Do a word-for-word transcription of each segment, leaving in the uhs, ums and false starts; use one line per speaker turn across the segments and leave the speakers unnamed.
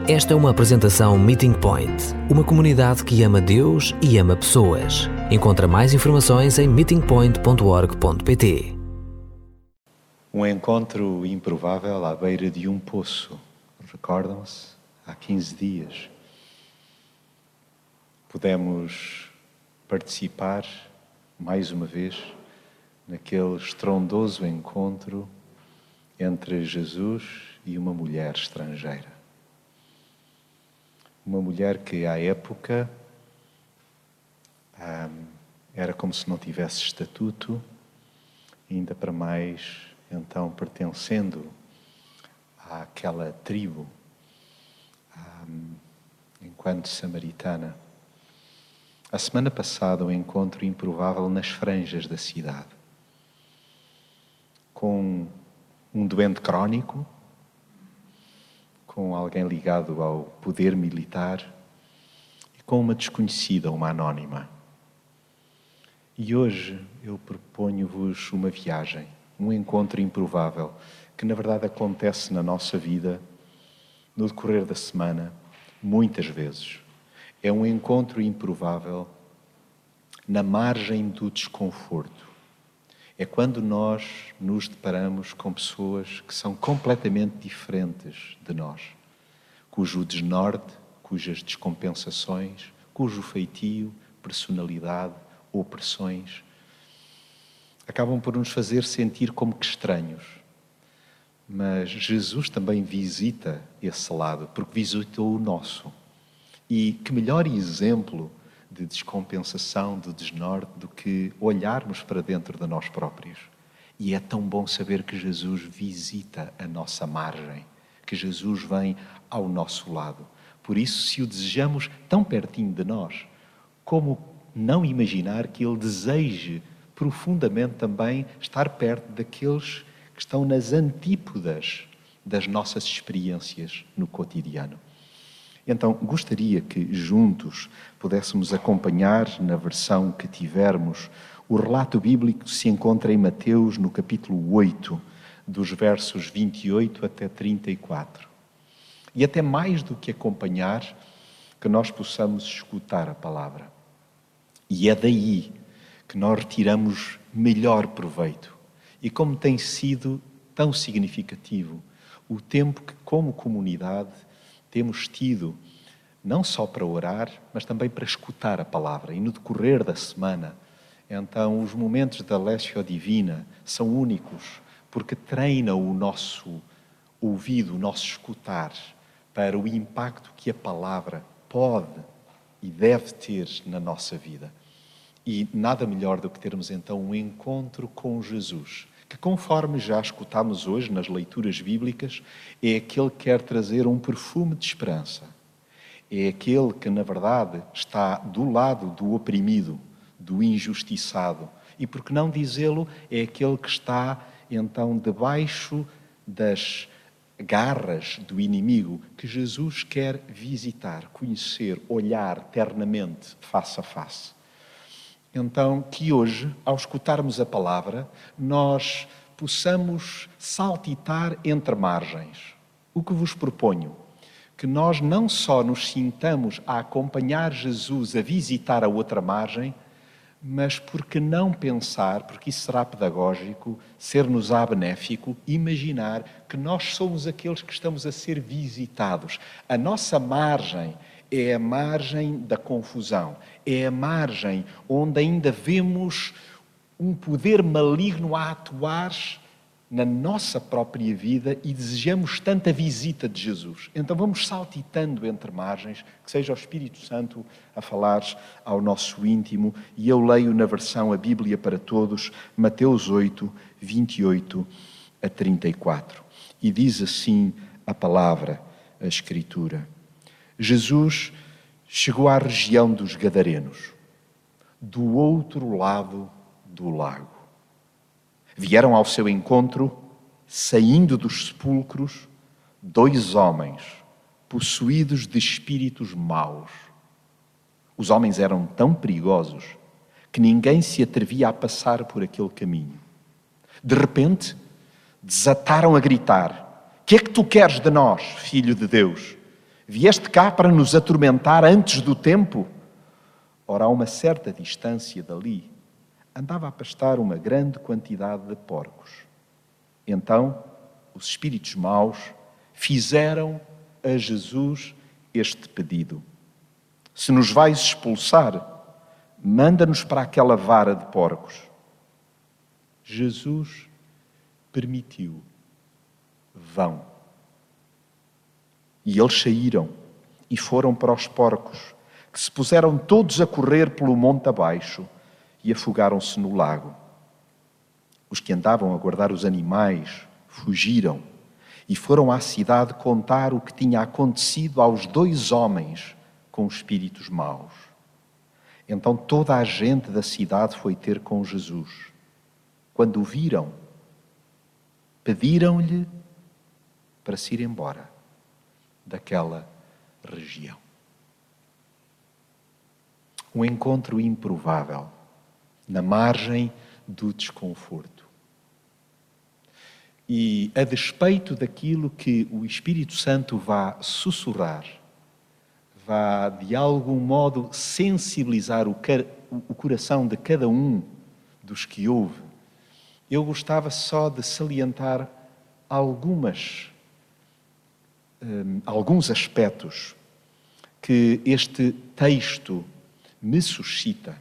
Esta é uma apresentação Meeting Point, uma comunidade que ama Deus e ama pessoas. Encontra mais informações em meeting point ponto org ponto pt.
Um encontro improvável à beira de um poço. Recordam-se? Há quinze dias. Pudemos participar, mais uma vez, naquele estrondoso encontro entre Jesus e uma mulher estrangeira. Uma mulher que, à época, hum, era como se não tivesse estatuto, ainda para mais, então, pertencendo àquela tribo, hum, enquanto samaritana. A semana passada, um encontro improvável nas franjas da cidade, com um doente crónico, com alguém ligado ao poder militar e com uma desconhecida, uma anónima. E hoje eu proponho-vos uma viagem, um encontro improvável, que na verdade acontece na nossa vida, no decorrer da semana, muitas vezes. É um encontro improvável na margem do desconforto. É quando nós nos deparamos com pessoas que são completamente diferentes de nós, cujo desnorte, cujas descompensações, cujo feitio, personalidade, opressões, acabam por nos fazer sentir como que estranhos. Mas Jesus também visita esse lado, porque visitou o nosso. E que melhor exemplo de descompensação, de desnorte, do que olharmos para dentro de nós próprios. E é tão bom saber que Jesus visita a nossa margem, que Jesus vem ao nosso lado. Por isso, se o desejamos tão pertinho de nós, como não imaginar que Ele deseje profundamente também estar perto daqueles que estão nas antípodas das nossas experiências no cotidiano. Então, gostaria que juntos pudéssemos acompanhar, na versão que tivermos, o relato bíblico que se encontra em Mateus, no capítulo oito, dos versos vinte e oito até trinta e quatro. E até mais do que acompanhar, que nós possamos escutar a palavra. E é daí que nós retiramos melhor proveito. E como tem sido tão significativo o tempo que, como comunidade, temos tido, não só para orar, mas também para escutar a palavra. E no decorrer da semana, então, os momentos da Lécio Divina são únicos, porque treinam o nosso ouvido, o nosso escutar, para o impacto que a palavra pode e deve ter na nossa vida. E nada melhor do que termos, então, um encontro com Jesus, que, conforme já escutámos hoje nas leituras bíblicas, é aquele que quer trazer um perfume de esperança. É aquele que, na verdade, está do lado do oprimido, do injustiçado. E, por que não dizê-lo, é aquele que está, então, debaixo das garras do inimigo, que Jesus quer visitar, conhecer, olhar ternamente, face a face. Então, que hoje, ao escutarmos a palavra, nós possamos saltitar entre margens. O que vos proponho? Que nós não só nos sintamos a acompanhar Jesus a visitar a outra margem, mas por que não pensar, porque isso será pedagógico, ser-nos-á benéfico, imaginar que nós somos aqueles que estamos a ser visitados. A nossa margem é a margem da confusão, é a margem onde ainda vemos um poder maligno a atuar na nossa própria vida e desejamos tanta visita de Jesus. Então vamos saltitando entre margens, que seja o Espírito Santo a falar ao nosso íntimo. E eu leio na versão A Bíblia para Todos, Mateus oito, vinte e oito a trinta e quatro. E diz assim a palavra, a Escritura. Jesus chegou à região dos Gadarenos, do outro lado do lago. Vieram ao seu encontro, saindo dos sepulcros, dois homens, possuídos de espíritos maus. Os homens eram tão perigosos que ninguém se atrevia a passar por aquele caminho. De repente, desataram a gritar: "Que é que tu queres de nós, Filho de Deus? Vieste cá para nos atormentar antes do tempo? Ora, a uma certa distância dali, andava a pastar uma grande quantidade de porcos. Então, os espíritos maus fizeram a Jesus este pedido: se nos vais expulsar, manda-nos para aquela vara de porcos. Jesus permitiu. Vão. E eles saíram e foram para os porcos, que se puseram todos a correr pelo monte abaixo e afogaram-se no lago. Os que andavam a guardar os animais fugiram e foram à cidade contar o que tinha acontecido aos dois homens com espíritos maus. Então toda a gente da cidade foi ter com Jesus. Quando o viram, pediram-lhe para se ir embora daquela região. Um encontro improvável, na margem do desconforto. E a despeito daquilo que o Espírito Santo vá sussurrar, vá de algum modo sensibilizar o, o coração de cada um dos que ouve, eu gostava só de salientar algumas, um, alguns aspectos que este texto me suscita.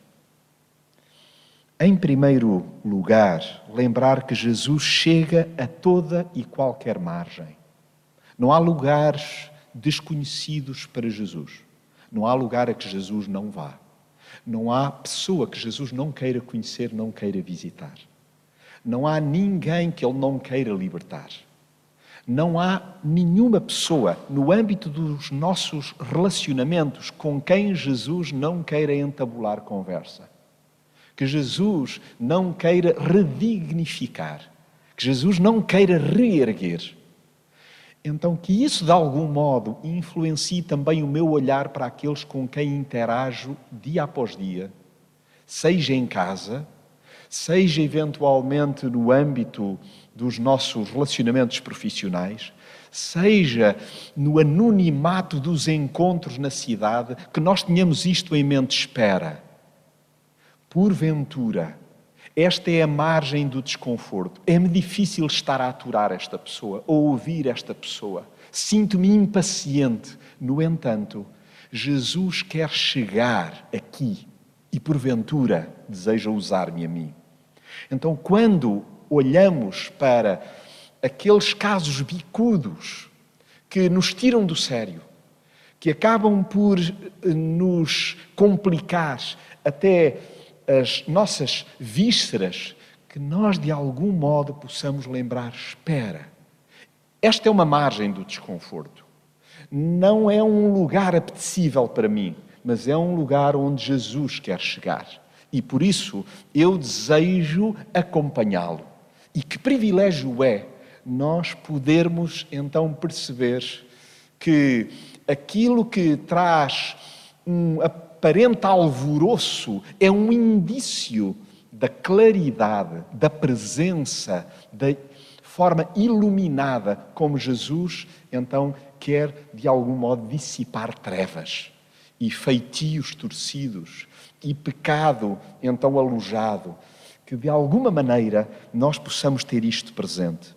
Em primeiro lugar, lembrar que Jesus chega a toda e qualquer margem. Não há lugares desconhecidos para Jesus. Não há lugar a que Jesus não vá. Não há pessoa que Jesus não queira conhecer, não queira visitar. Não há ninguém que Ele não queira libertar. Não há nenhuma pessoa no âmbito dos nossos relacionamentos com quem Jesus não queira entabular conversa. Que Jesus não queira redignificar. Que Jesus não queira reerguer. Então, que isso de algum modo influencie também o meu olhar para aqueles com quem interajo dia após dia, seja em casa, seja eventualmente no âmbito dos nossos relacionamentos profissionais, seja no anonimato dos encontros na cidade, que nós tenhamos isto em mente. Espera, porventura, esta é a margem do desconforto. É-me difícil estar a aturar esta pessoa, ou ouvir esta pessoa. Sinto-me impaciente. No entanto, Jesus quer chegar aqui e, porventura, deseja usar-me a mim. Então, quando olhamos para aqueles casos bicudos que nos tiram do sério, que acabam por nos complicar até as nossas vísceras, que nós de algum modo possamos lembrar: espera, esta é uma margem do desconforto. Não é um lugar apetecível para mim, mas é um lugar onde Jesus quer chegar. E por isso eu desejo acompanhá-lo. E que privilégio é nós podermos então perceber que aquilo que traz um aparente alvoroço é um indício da claridade, da presença, da forma iluminada como Jesus então quer de algum modo dissipar trevas e feitios torcidos e pecado então alojado, que de alguma maneira nós possamos ter isto presente.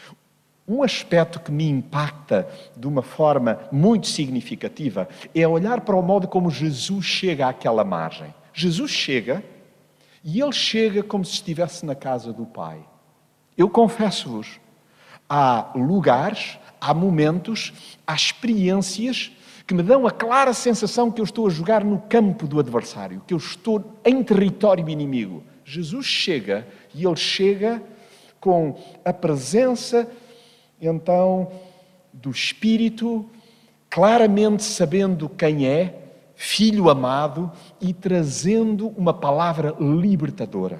Um aspecto que me impacta de uma forma muito significativa é olhar para o modo como Jesus chega àquela margem. Jesus chega e Ele chega como se estivesse na casa do Pai. Eu confesso-vos, há lugares, há momentos, há experiências que me dão a clara sensação que eu estou a jogar no campo do adversário, que eu estou em território inimigo. Jesus chega e Ele chega com a presença então do Espírito, claramente sabendo quem é, Filho amado, e trazendo uma palavra libertadora.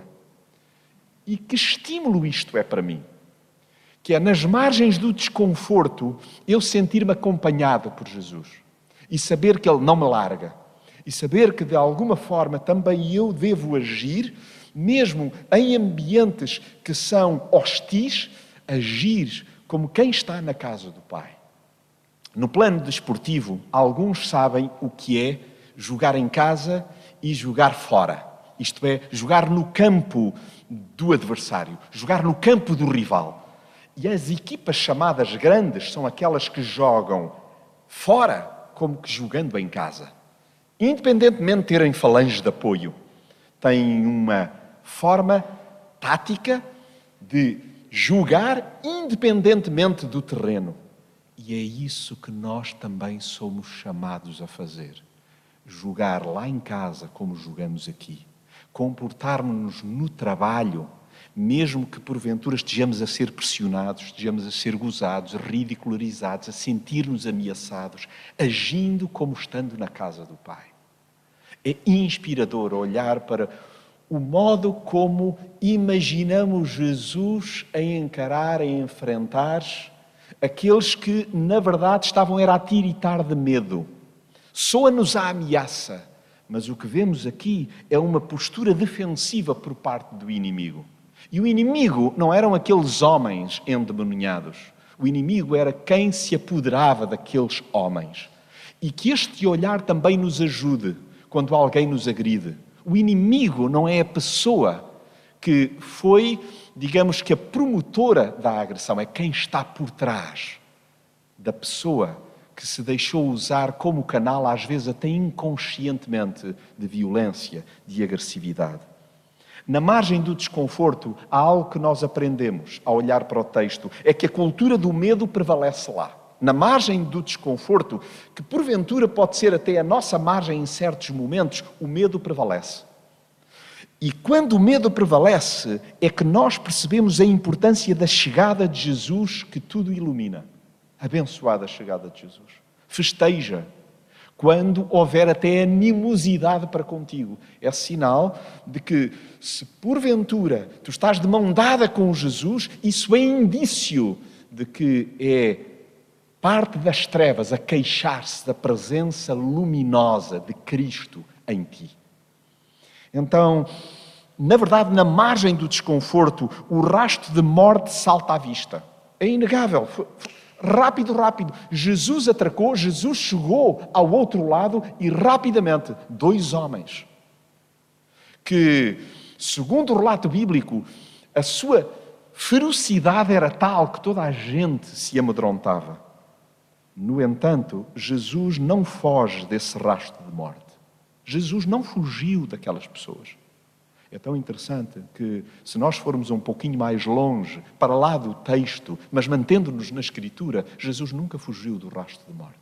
E que estímulo isto é para mim? Que é nas margens do desconforto eu sentir-me acompanhado por Jesus e saber que Ele não me larga e saber que de alguma forma também eu devo agir, mesmo em ambientes que são hostis, agir como quem está na casa do Pai. No plano desportivo, alguns sabem o que é jogar em casa e jogar fora. Isto é, jogar no campo do adversário, jogar no campo do rival. E as equipas chamadas grandes são aquelas que jogam fora como que jogando em casa. Independentemente de terem falanges de apoio, têm uma forma tática de jogar independentemente do terreno. E é isso que nós também somos chamados a fazer. Jogar lá em casa como jogamos aqui. Comportarmos-nos no trabalho, mesmo que porventura estejamos a ser pressionados, estejamos a ser gozados, ridicularizados, a sentir-nos ameaçados, agindo como estando na casa do Pai. É inspirador olhar para o modo como imaginamos Jesus a encarar, a enfrentar aqueles que, na verdade, estavam era a tiritar de medo. Soa-nos a ameaça, mas o que vemos aqui é uma postura defensiva por parte do inimigo. E o inimigo não eram aqueles homens endemoniados. O inimigo era quem se apoderava daqueles homens. E que este olhar também nos ajude quando alguém nos agride. O inimigo não é a pessoa que foi, digamos que a promotora da agressão, é quem está por trás da pessoa que se deixou usar como canal, às vezes até inconscientemente, de violência, de agressividade. Na margem do desconforto, há algo que nós aprendemos ao olhar para o texto, é que a cultura do medo prevalece lá. Na margem do desconforto, que porventura pode ser até a nossa margem em certos momentos, o medo prevalece. E quando o medo prevalece, é que nós percebemos a importância da chegada de Jesus que tudo ilumina. Abençoada a chegada de Jesus. Festeja. Quando houver até animosidade para contigo. É sinal de que, se porventura tu estás de mão dada com Jesus, isso é indício de que é parte das trevas a queixar-se da presença luminosa de Cristo em ti. Então, na verdade, na margem do desconforto, o rastro de morte salta à vista. É inegável. Rápido, rápido. Jesus atracou, Jesus chegou ao outro lado e rapidamente, dois homens que, segundo o relato bíblico, a sua ferocidade era tal que toda a gente se amedrontava. No entanto, Jesus não foge desse rastro de morte. Jesus não fugiu daquelas pessoas. É tão interessante que, se nós formos um pouquinho mais longe, para lá do texto, mas mantendo-nos na Escritura, Jesus nunca fugiu do rastro de morte.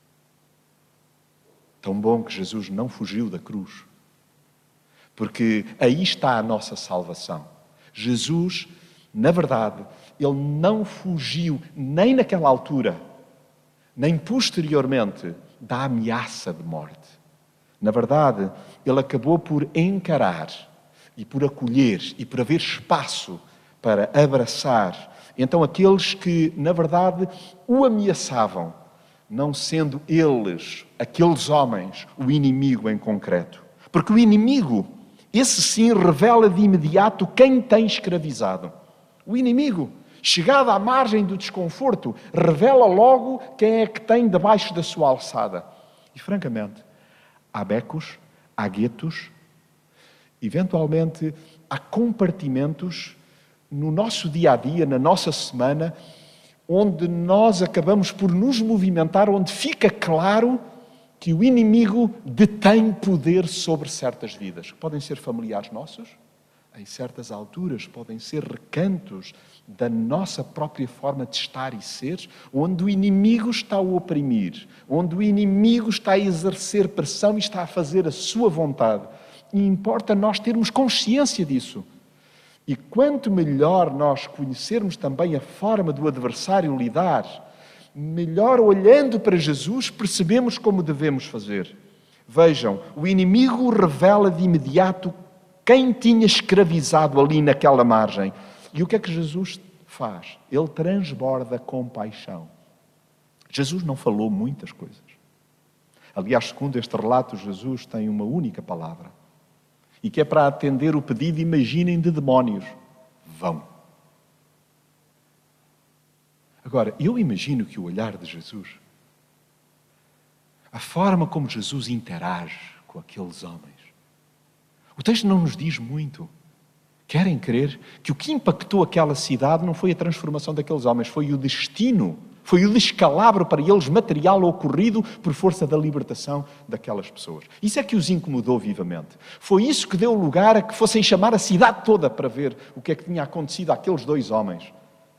Tão bom que Jesus não fugiu da cruz. Porque aí está a nossa salvação. Jesus, na verdade, ele não fugiu nem naquela altura, nem posteriormente, da ameaça de morte. Na verdade, ele acabou por encarar e por acolher e por haver espaço para abraçar. Então, aqueles que, na verdade, o ameaçavam, não sendo eles, aqueles homens, o inimigo em concreto. Porque o inimigo, esse sim, revela de imediato quem tem escravizado. O inimigo, chegado à margem do desconforto, revela logo quem é que tem debaixo da sua alçada. E, francamente, há becos, há guetos, eventualmente há compartimentos no nosso dia-a-dia, na nossa semana, onde nós acabamos por nos movimentar, onde fica claro que o inimigo detém poder sobre certas vidas. Podem ser familiares nossos, em certas alturas, podem ser recantos da nossa própria forma de estar e ser, onde o inimigo está a oprimir, onde o inimigo está a exercer pressão e está a fazer a sua vontade. E importa nós termos consciência disso. E quanto melhor nós conhecermos também a forma do adversário lidar, melhor olhando para Jesus, percebemos como devemos fazer. Vejam, o inimigo revela de imediato quem tinha escravizado ali naquela margem. E o que é que Jesus faz? Ele transborda compaixão. Jesus não falou muitas coisas. Aliás, segundo este relato, Jesus tem uma única palavra. E que é para atender o pedido, imaginem, de demónios. Vão. Agora, eu imagino que o olhar de Jesus forma como Jesus interage com aqueles homens. O texto não nos diz muito. Querem crer que o que impactou aquela cidade não foi a transformação daqueles homens, foi o destino, foi o descalabro para eles material ocorrido por força da libertação daquelas pessoas. Isso é que os incomodou vivamente. Foi isso que deu lugar a que fossem chamar a cidade toda para ver o que é que tinha acontecido àqueles dois homens.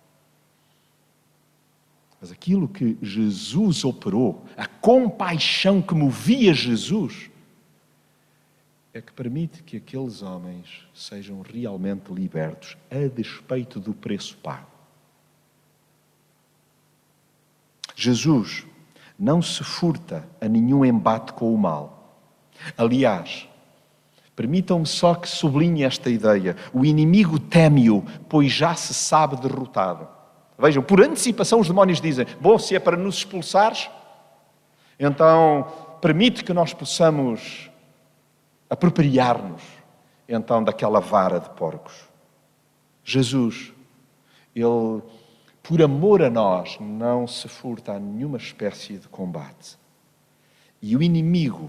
Mas aquilo que Jesus operou, a compaixão que movia Jesus, é que permite que aqueles homens sejam realmente libertos a despeito do preço pago. Jesus não se furta a nenhum embate com o mal. Aliás, permitam-me só que sublinhe esta ideia. O inimigo teme-o, pois já se sabe derrotado. Vejam, por antecipação os demónios dizem, bom, se é para nos expulsares, então permite que nós possamos apropriar-nos, então, daquela vara de porcos. Jesus, Ele, por amor a nós, não se furta a nenhuma espécie de combate. E o inimigo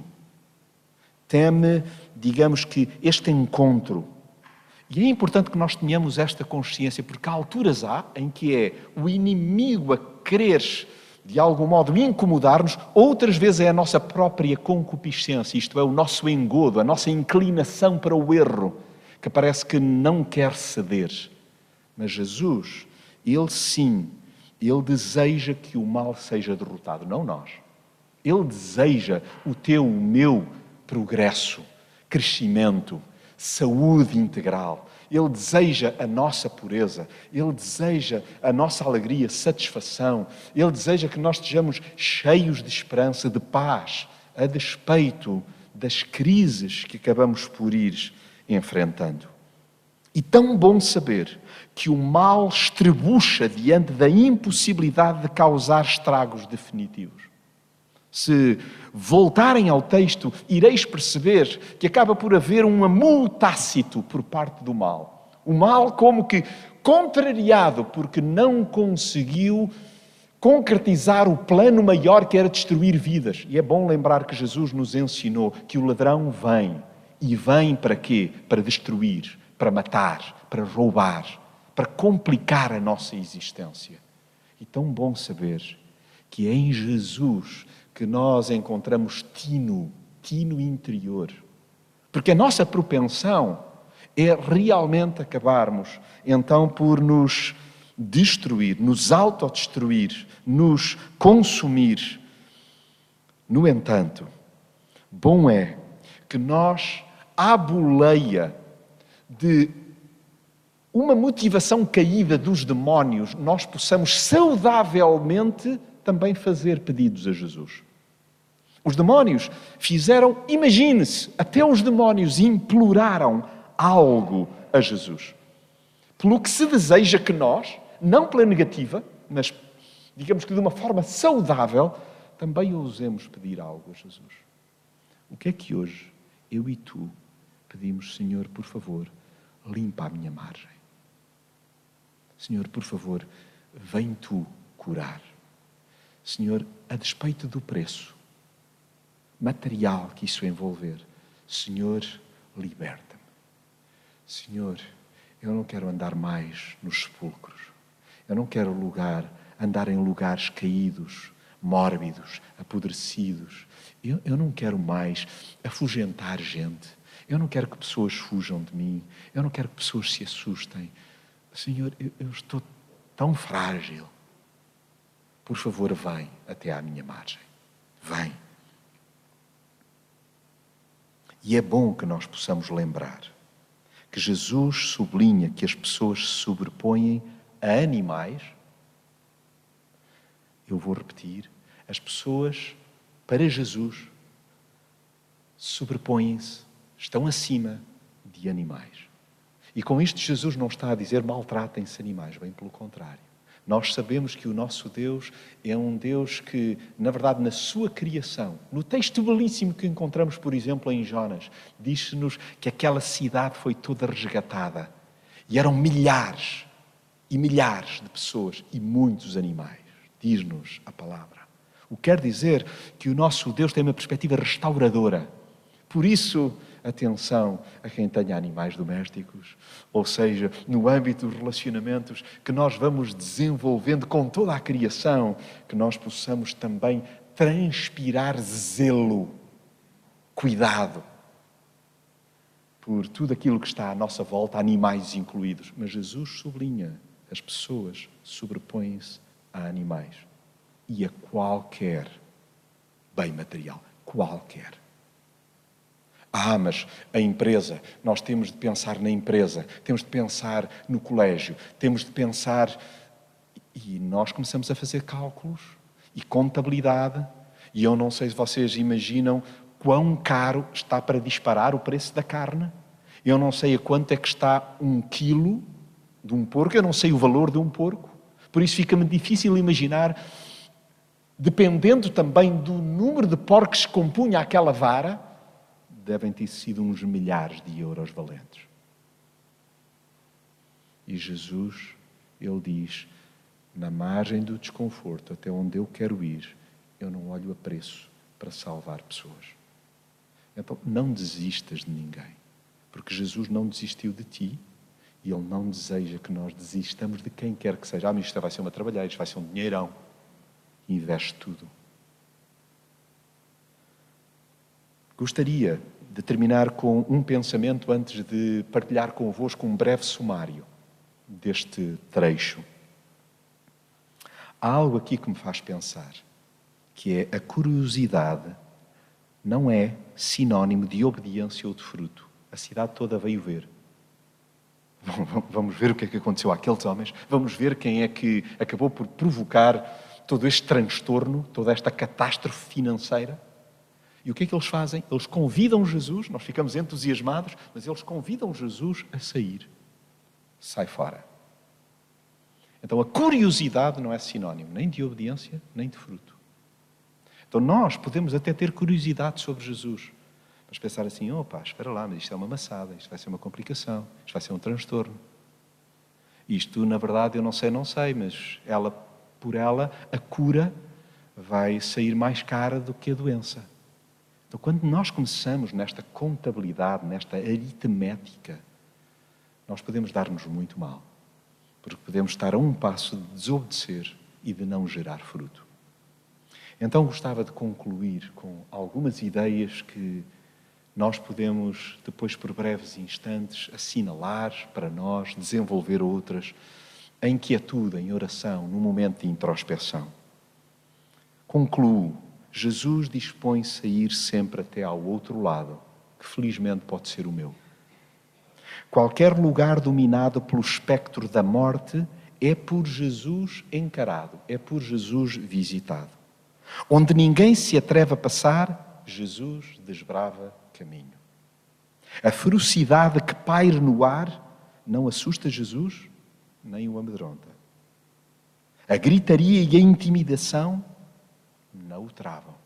teme, digamos que, este encontro. E é importante que nós tenhamos esta consciência, porque há alturas há em que é o inimigo a querer, de algum modo, incomodar-nos, outras vezes é a nossa própria concupiscência, isto é, o nosso engodo, a nossa inclinação para o erro, que parece que não quer ceder. Mas Jesus, Ele sim, Ele deseja que o mal seja derrotado, não nós. Ele deseja o teu, o meu progresso, crescimento, saúde integral. Ele deseja a nossa pureza. Ele deseja a nossa alegria, satisfação. Ele deseja que nós estejamos cheios de esperança, de paz, a despeito das crises que acabamos por ir enfrentando. E tão bom saber que o mal estrebucha diante da impossibilidade de causar estragos definitivos. Se voltarem ao texto, ireis perceber que acaba por haver um amuo tácito por parte do mal. O mal como que contrariado porque não conseguiu concretizar o plano maior que era destruir vidas. E é bom lembrar que Jesus nos ensinou que o ladrão vem. E vem para quê? Para destruir, para matar, para roubar, para complicar a nossa existência. E tão bom saber que é em Jesus que nós encontramos tino, tino interior. Porque a nossa propensão é realmente acabarmos, então, por nos destruir, nos autodestruir, nos consumir. No entanto, bom é que nós, à boleia de uma motivação caída dos demónios, nós possamos saudavelmente também fazer pedidos a Jesus. Os demónios fizeram, imagine-se, até os demónios imploraram algo a Jesus. Pelo que se deseja que nós, não pela negativa, mas digamos que de uma forma saudável, também ousemos pedir algo a Jesus. O que é que hoje eu e tu pedimos? Senhor, por favor, limpa a minha margem. Senhor, por favor, vem tu curar. Senhor, a despeito do preço material que isso envolver, Senhor, liberta-me. Senhor, eu não quero andar mais nos sepulcros. Eu não quero lugar, andar em lugares caídos, mórbidos, apodrecidos. Eu, eu não quero mais afugentar gente. Eu não quero que pessoas fujam de mim. Eu não quero que pessoas se assustem. Senhor, eu, eu estou tão frágil. Por favor, vem até à minha margem. Vem. E é bom que nós possamos lembrar que Jesus sublinha que as pessoas se sobrepõem a animais. Eu vou repetir. As pessoas, para Jesus, sobrepõem-se, estão acima de animais. E com isto Jesus não está a dizer maltratem-se animais, bem pelo contrário. Nós sabemos que o nosso Deus é um Deus que, na verdade, na sua criação, no texto belíssimo que encontramos, por exemplo, em Jonas, diz-nos que aquela cidade foi toda resgatada. E eram milhares e milhares de pessoas e muitos animais. Diz-nos a palavra. O que quer dizer que o nosso Deus tem uma perspectiva restauradora. Por isso, atenção a quem tenha animais domésticos, ou seja, no âmbito dos relacionamentos que nós vamos desenvolvendo com toda a criação, que nós possamos também transpirar zelo, cuidado, por tudo aquilo que está à nossa volta, animais incluídos. Mas Jesus sublinha, as pessoas sobrepõem-se a animais e a qualquer bem material, qualquer. Ah, mas a empresa, nós temos de pensar na empresa, temos de pensar no colégio, temos de pensar... E nós começamos a fazer cálculos e contabilidade, e eu não sei se vocês imaginam quão caro está para disparar o preço da carne. Eu não sei a quanto é que está um quilo de um porco, eu não sei o valor de um porco. Por isso fica-me difícil imaginar, dependendo também do número de porcos que compunha aquela vara, devem ter sido uns milhares de euros valentes. E Jesus, ele diz, na margem do desconforto, até onde eu quero ir, eu não olho a preço para salvar pessoas. Então, não desistas de ninguém, porque Jesus não desistiu de ti e Ele não deseja que nós desistamos de quem quer que seja. Ah, mas isto vai ser uma trabalheira, isto vai ser um dinheirão. Investe tudo. Gostaria de terminar com um pensamento antes de partilhar convosco um breve sumário deste trecho. Há algo aqui que me faz pensar, que é a curiosidade não é sinónimo de obediência ou de fruto. A cidade toda veio ver. Vamos ver o que é que aconteceu àqueles homens, vamos ver quem é que acabou por provocar todo este transtorno, toda esta catástrofe financeira. E o que é que eles fazem? Eles convidam Jesus, nós ficamos entusiasmados, mas eles convidam Jesus a sair. Sai fora. Então a curiosidade não é sinónimo nem de obediência, nem de fruto. Então nós podemos até ter curiosidade sobre Jesus, mas pensar assim, opa, espera lá, mas isto é uma maçada, isto vai ser uma complicação, isto vai ser um transtorno. Isto, na verdade, eu não sei, não sei, mas ela, por ela, a cura vai sair mais cara do que a doença. Então, quando nós começamos nesta contabilidade, nesta aritmética, nós podemos dar-nos muito mal, porque podemos estar a um passo de desobedecer e de não gerar fruto. Então, gostava de concluir com algumas ideias que nós podemos, depois por breves instantes, assinalar para nós, desenvolver outras, em quietude, em oração, num momento de introspeção. Concluo. Jesus dispõe-se a ir sempre até ao outro lado, que felizmente pode ser o meu. Qualquer lugar dominado pelo espectro da morte é por Jesus encarado, é por Jesus visitado. Onde ninguém se atreve a passar, Jesus desbrava caminho. A ferocidade que paira no ar não assusta Jesus, nem o amedronta. A gritaria e a intimidação não o travam.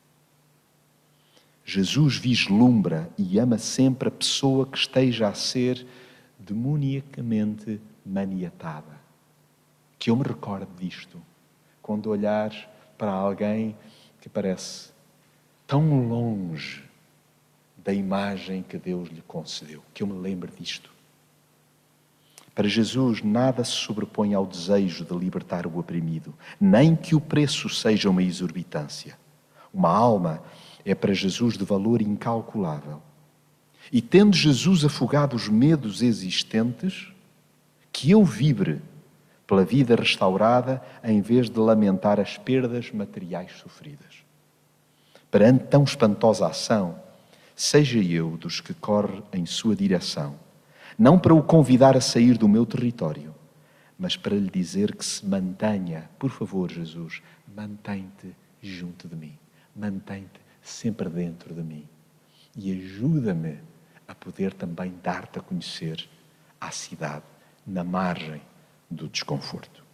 Jesus vislumbra e ama sempre a pessoa que esteja a ser demoniacamente maniatada. Que eu me recorde disto, quando olhar para alguém que parece tão longe da imagem que Deus lhe concedeu, que eu me lembre disto. Para Jesus, nada se sobrepõe ao desejo de libertar o oprimido, nem que o preço seja uma exorbitância. Uma alma é para Jesus de valor incalculável. E tendo Jesus afogado os medos existentes, que eu vibre pela vida restaurada em vez de lamentar as perdas materiais sofridas. Perante tão espantosa ação, seja eu dos que corre em sua direção, não para o convidar a sair do meu território, mas para lhe dizer que se mantenha, por favor, Jesus, mantém-te junto de mim, mantém-te sempre dentro de mim e ajuda-me a poder também dar-te a conhecer à cidade, na margem do desconforto.